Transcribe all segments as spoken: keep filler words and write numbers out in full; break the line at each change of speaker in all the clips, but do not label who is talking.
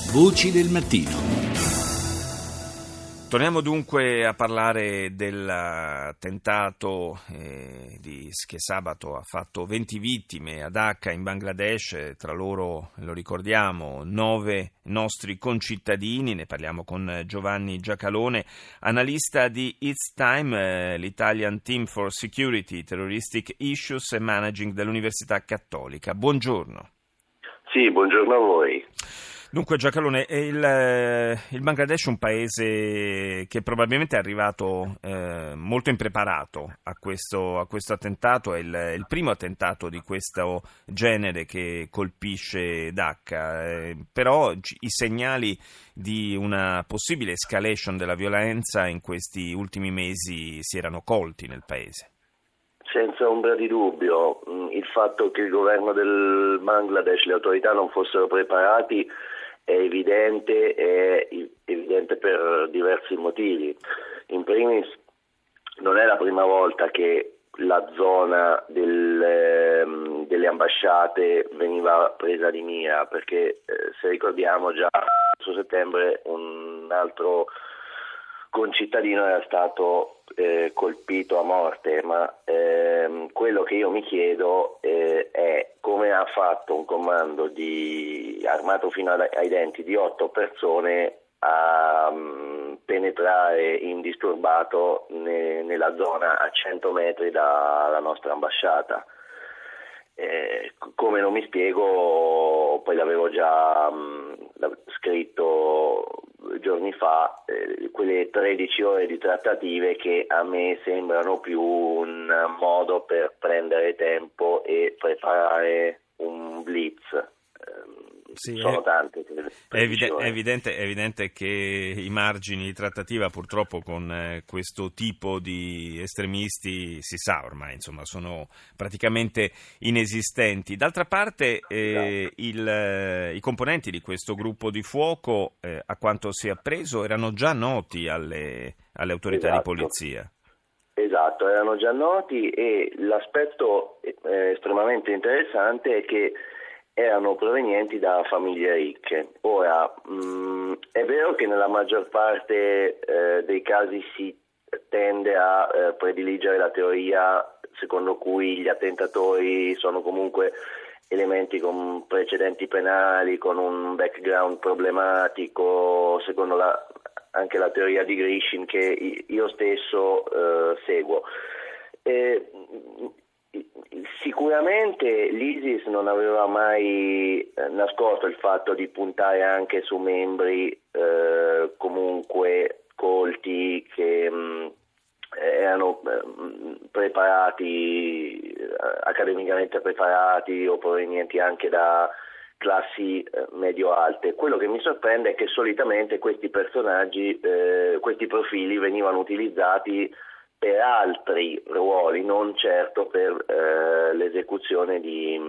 Voci del mattino.
Torniamo dunque a parlare dell'attentato eh, di, che sabato ha fatto venti vittime a Dhaka in Bangladesh, tra loro, lo ricordiamo, nove nostri concittadini. Ne parliamo con Giovanni Giacalone, analista di It's Time, eh, l'Italian Team for Security, Terroristic Issues e Managing dell'Università Cattolica. Buongiorno.
Sì, buongiorno a voi.
Dunque Giacalone, il, il Bangladesh è un paese che probabilmente è arrivato eh, molto impreparato a questo, a questo attentato, è il, il primo attentato di questo genere che colpisce Dhaka, eh, però i segnali di una possibile escalation della violenza in questi ultimi mesi si erano colti nel paese.
Senza ombra di dubbio, il fatto che il governo del Bangladesh, le autorità non fossero preparati è evidente, è evidente per diversi motivi. In primis, non è la prima volta che la zona del, delle ambasciate veniva presa di mira, perché eh, se ricordiamo già su settembre un altro concittadino era stato eh, colpito a morte, ma ehm, quello che io mi chiedo eh, è come ha fatto un comando di, armato fino ai denti di otto persone a um, penetrare indisturbato ne, nella zona a cento metri dalla nostra ambasciata. Eh, come non mi spiego, poi l'avevo già um, scritto giorni fa, eh, quelle tredici ore di trattative che a me sembrano più un modo per prendere tempo e preparare un blitz. Eh,
Sì,
sono
è,
tante.
È, evide- è, evidente, è evidente che i margini di trattativa purtroppo con eh, questo tipo di estremisti si sa ormai, insomma, sono praticamente inesistenti. D'altra parte eh, il, eh, i componenti di questo gruppo di fuoco, eh, a quanto si è appreso, erano già noti alle, alle autorità
esatto.
di polizia.
Esatto, erano già noti e l'aspetto eh, estremamente interessante è che erano provenienti da famiglie ricche. Ora, mh, è vero che nella maggior parte eh, dei casi si tende a eh, prediligere la teoria secondo cui gli attentatori sono comunque elementi con precedenti penali, con un background problematico, secondo la, anche la teoria di Grishin che io stesso eh, seguo. E, Sicuramente l'ISIS non aveva mai eh, nascosto il fatto di puntare anche su membri eh, comunque colti che mh, erano mh, preparati, eh, accademicamente preparati o provenienti anche da classi eh, medio-alte. Quello che mi sorprende è che solitamente questi personaggi, eh, questi profili venivano utilizzati per altri ruoli, non certo per eh, l'esecuzione di,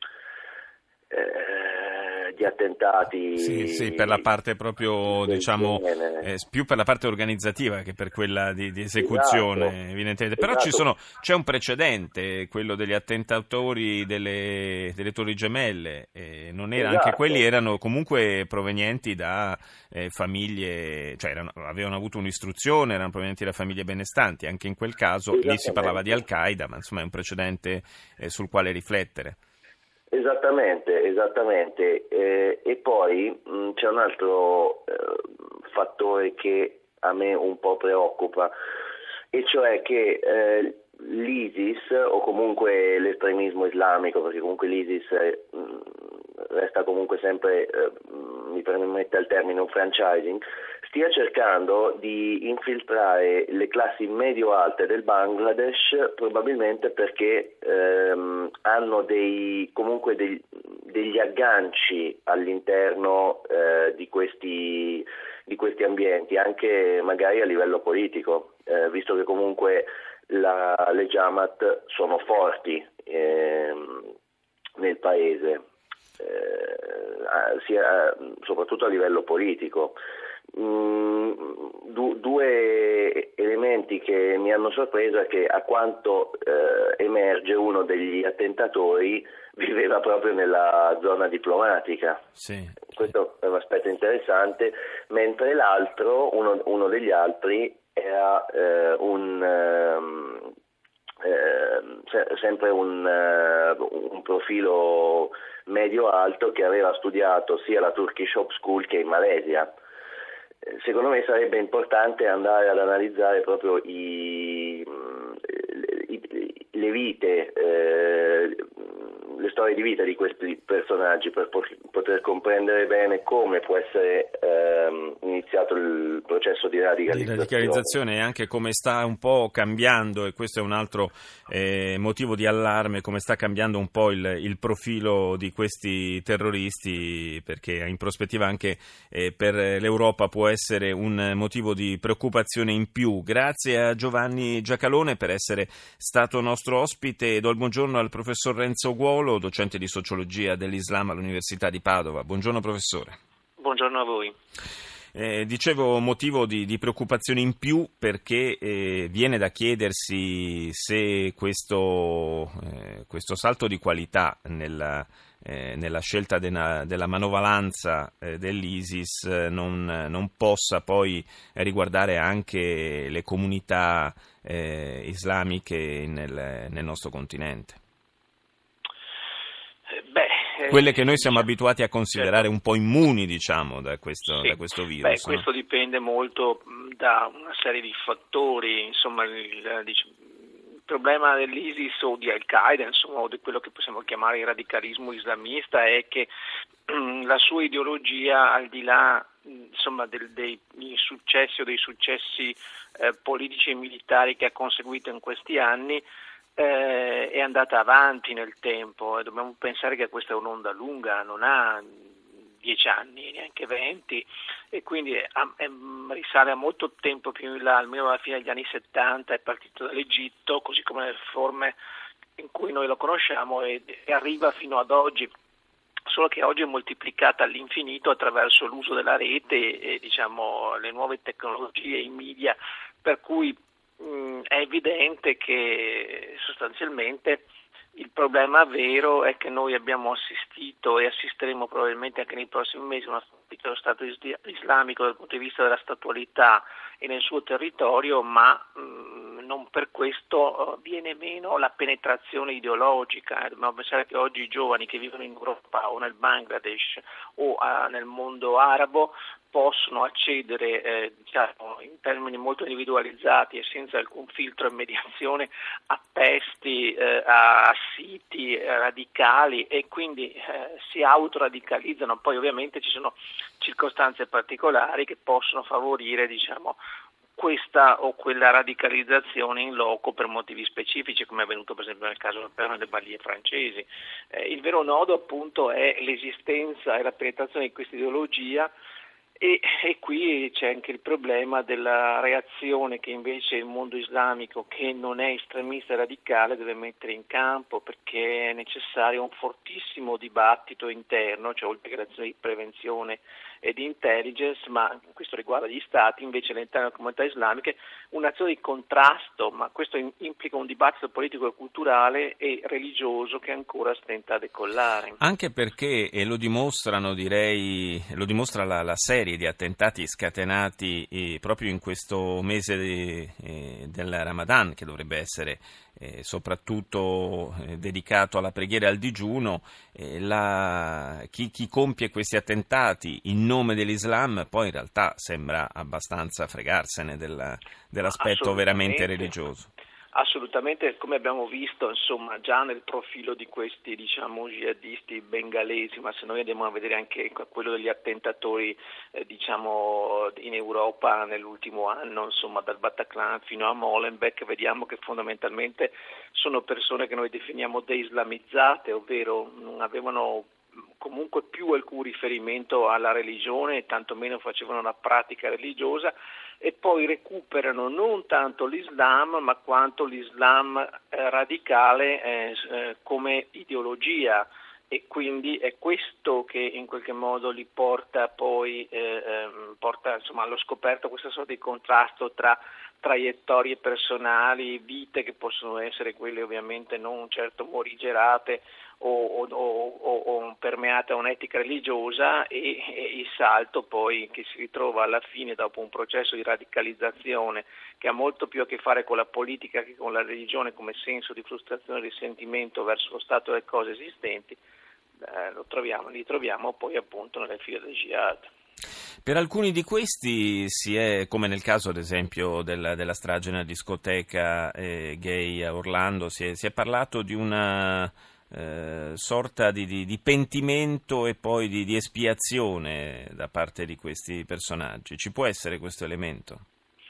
eh, di attentati.
Sì, sì, per la parte proprio, diciamo, eh, più per la parte organizzativa che per quella di, di esecuzione, esatto, evidentemente. Però esatto. ci sono, c'è un precedente, quello degli attentatori delle, delle Torri Gemelle, eh, non era, esatto. Anche quelli erano comunque provenienti da eh, famiglie, cioè erano, avevano avuto un'istruzione, erano provenienti da famiglie benestanti, anche in quel caso lì si parlava di Al-Qaeda, ma insomma è un precedente eh, sul quale riflettere.
Esattamente, esattamente. Eh, e poi mh, c'è un altro eh, fattore che a me un po' preoccupa, e cioè che eh, l'ISIS, o comunque l'estremismo islamico, perché comunque l'ISIS eh, resta comunque sempre, eh, mi permette il termine, un franchising, stia cercando di infiltrare le classi medio-alte del Bangladesh, probabilmente perché ehm, hanno dei, comunque dei, degli agganci all'interno eh, di questi, di questi ambienti, anche magari a livello politico, eh, visto che comunque la, le Jamaat sono forti ehm, nel paese. Eh, sia, soprattutto a livello politico. Mm, du- due elementi che mi hanno sorpreso è che, a quanto eh, emerge, uno degli attentatori viveva proprio nella zona diplomatica.
Sì.
Questo è un aspetto interessante, mentre l'altro, uno, uno degli altri, era eh, un ehm, eh, se- sempre un, eh, un profilo medio-alto, che aveva studiato sia la Turkish Hope School che in Malesia. Eh, Secondo me sarebbe importante andare ad analizzare proprio i, i- le vite, eh, le storie di vita di questi personaggi, per po- poter comprendere bene come può essere ehm, iniziato il processo di
Di
radicalizzazione.
radicalizzazione e anche come sta un po' cambiando, e questo è un altro eh, motivo di allarme, come sta cambiando un po' il, il profilo di questi terroristi, perché in prospettiva anche eh, per l'Europa può essere un motivo di preoccupazione in più. Grazie a Giovanni Giacalone per essere stato nostro ospite, e do il buongiorno al professor Renzo Guolo, docente di sociologia dell'Islam all'Università di Padova. Buongiorno professore.
Buongiorno a voi.
Eh, dicevo, motivo di, di preoccupazione in più, perché eh, viene da chiedersi se questo, eh, questo salto di qualità nella, eh, nella scelta della, della manovalanza eh, dell'ISIS eh, non, non possa poi riguardare anche le comunità eh, islamiche nel, nel nostro continente.
Beh,
Quelle che noi siamo
diciamo,
abituati a considerare
certo.
un po' immuni, diciamo, da questo,
Sì.
da questo virus.
Beh,
no?
questo dipende molto mh, da una serie di fattori, insomma, il, diciamo, il problema dell'ISIS o di Al-Qaeda, insomma, o di quello che possiamo chiamare il radicalismo islamista, è che mh, la sua ideologia, al di là mh, insomma, del, dei successi o dei successi eh, politici e militari che ha conseguito in questi anni, Eh, è andata avanti nel tempo, e dobbiamo pensare che questa è un'onda lunga, non ha dieci anni, neanche venti, e quindi è, è, risale a molto tempo più in là, almeno alla fine degli anni settanta. È partito dall'Egitto, così come nelle forme in cui noi lo conosciamo, e, e arriva fino ad oggi, solo che oggi è moltiplicata all'infinito attraverso l'uso della rete e, e diciamo le nuove tecnologie, i media, per cui è evidente che sostanzialmente il problema vero è che noi abbiamo assistito e assisteremo probabilmente anche nei prossimi mesi a una sconfitta dello Stato islamico dal punto di vista della statualità e nel suo territorio, ma mh, non per questo uh, viene meno la penetrazione ideologica. Dobbiamo pensare che oggi i giovani che vivono in Europa o nel Bangladesh o uh, nel mondo arabo possono accedere eh, diciamo, in termini molto individualizzati e senza alcun filtro e mediazione a testi, eh, a siti eh, radicali, e quindi eh, si autoradicalizzano. Poi ovviamente ci sono circostanze particolari che possono favorire diciamo, questa o quella radicalizzazione in loco per motivi specifici, come è avvenuto per esempio nel caso delle Balie francesi. Eh, il vero nodo appunto è l'esistenza e la penetrazione di questa ideologia. E, e qui c'è anche il problema della reazione che invece il mondo islamico, che non è estremista e radicale, deve mettere in campo, perché è necessario un fortissimo dibattito interno, cioè oltre che l'azione di prevenzione e di intelligence, ma questo riguarda gli stati, invece all'interno delle comunità islamiche, un'azione di contrasto, ma questo implica un dibattito politico e culturale e religioso che ancora stenta a decollare.
Anche perché, e lo dimostrano, direi, lo dimostra la, la serie di attentati scatenati eh, proprio in questo mese di, eh, del Ramadan, che dovrebbe essere eh, soprattutto eh, dedicato alla preghiera e al digiuno, eh, la, chi, chi compie questi attentati in nome dell'Islam poi in realtà sembra abbastanza fregarsene della, dell'aspetto veramente religioso.
Assolutamente, come abbiamo visto insomma già nel profilo di questi diciamo jihadisti bengalesi, ma se noi andiamo a vedere anche quello degli attentatori eh, diciamo in Europa nell'ultimo anno, insomma dal Bataclan fino a Molenbeek, vediamo che fondamentalmente sono persone che noi definiamo deislamizzate, ovvero non avevano comunque più alcun riferimento alla religione e tantomeno facevano una pratica religiosa, e poi recuperano non tanto l'Islam ma quanto l'Islam eh, radicale eh, eh, come ideologia, e quindi è questo che in qualche modo li porta poi eh, ehm, porta insomma allo scoperto questa sorta di contrasto tra traiettorie personali, vite che possono essere quelle ovviamente non certo morigerate o, o, o, o permeate a un'etica religiosa e, e il salto poi che si ritrova alla fine dopo un processo di radicalizzazione che ha molto più a che fare con la politica che con la religione come senso di frustrazione e risentimento verso lo stato delle cose esistenti. Eh, lo troviamo, li troviamo poi appunto nelle file del jihad.
Per alcuni di questi si è, come nel caso ad esempio della, della strage nella discoteca eh, gay a Orlando, si è, si è parlato di una eh, sorta di, di, di pentimento e poi di, di espiazione da parte di questi personaggi. Ci può essere questo elemento?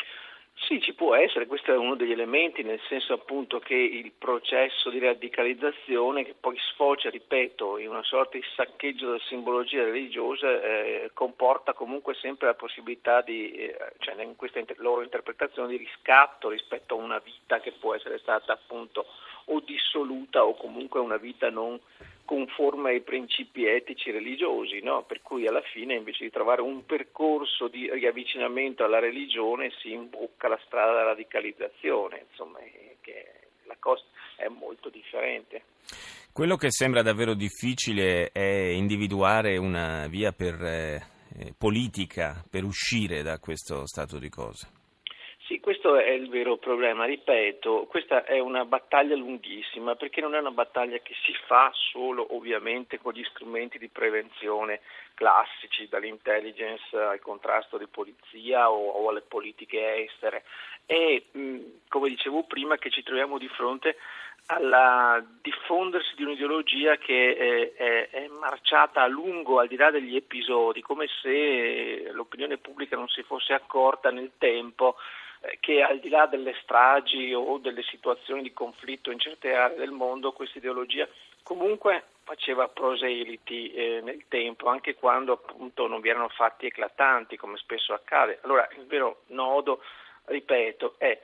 Sì, ci può essere, questo è uno degli elementi, nel senso appunto che il processo di radicalizzazione che poi sfocia, ripeto, in una sorta di saccheggio della simbologia religiosa eh, comporta comunque sempre la possibilità di, eh, cioè in questa inter- loro interpretazione di riscatto rispetto a una vita che può essere stata appunto o dissoluta o comunque una vita non conforme ai principi etici religiosi, no? Per cui alla fine invece di trovare un percorso di riavvicinamento alla religione si imbocca la strada della radicalizzazione, insomma, che la cosa è molto differente.
Quello che sembra davvero difficile è individuare una via per eh, politica per uscire da questo stato di cose.
Sì, questo è il vero problema, ripeto, questa è una battaglia lunghissima perché non è una battaglia che si fa solo ovviamente con gli strumenti di prevenzione classici, dall'intelligence al contrasto di polizia o, o alle politiche estere e mh, come dicevo prima che ci troviamo di fronte alla diffondersi di un'ideologia che è, è, è marciata a lungo al di là degli episodi, come se l'opinione pubblica non si fosse accorta nel tempo che al di là delle stragi o delle situazioni di conflitto in certe aree del mondo questa ideologia comunque faceva proseliti eh, nel tempo, anche quando appunto non vi erano fatti eclatanti come spesso accade. Allora il vero nodo, ripeto, è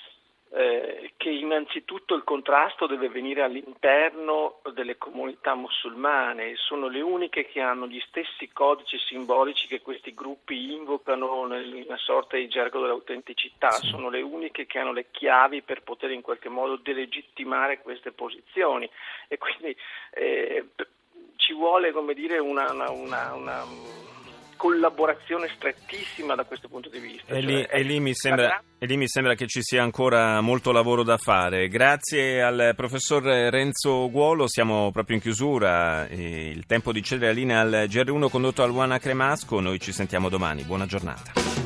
Eh, che innanzitutto il contrasto deve venire all'interno delle comunità musulmane, sono le uniche che hanno gli stessi codici simbolici che questi gruppi invocano in una sorta di gergo dell'autenticità, sì. Sono le uniche che hanno le chiavi per poter in qualche modo delegittimare queste posizioni e quindi eh, ci vuole, come dire, una, una, una, una collaborazione strettissima da questo punto di vista.
E,
cioè,
lì, e, lì mi sembra, e lì mi sembra che ci sia ancora molto lavoro da fare. Grazie al professor Renzo Guolo, siamo proprio in chiusura, il tempo di cedere la linea al G R uno condotto al Luana Cremasco, noi ci sentiamo domani, buona giornata.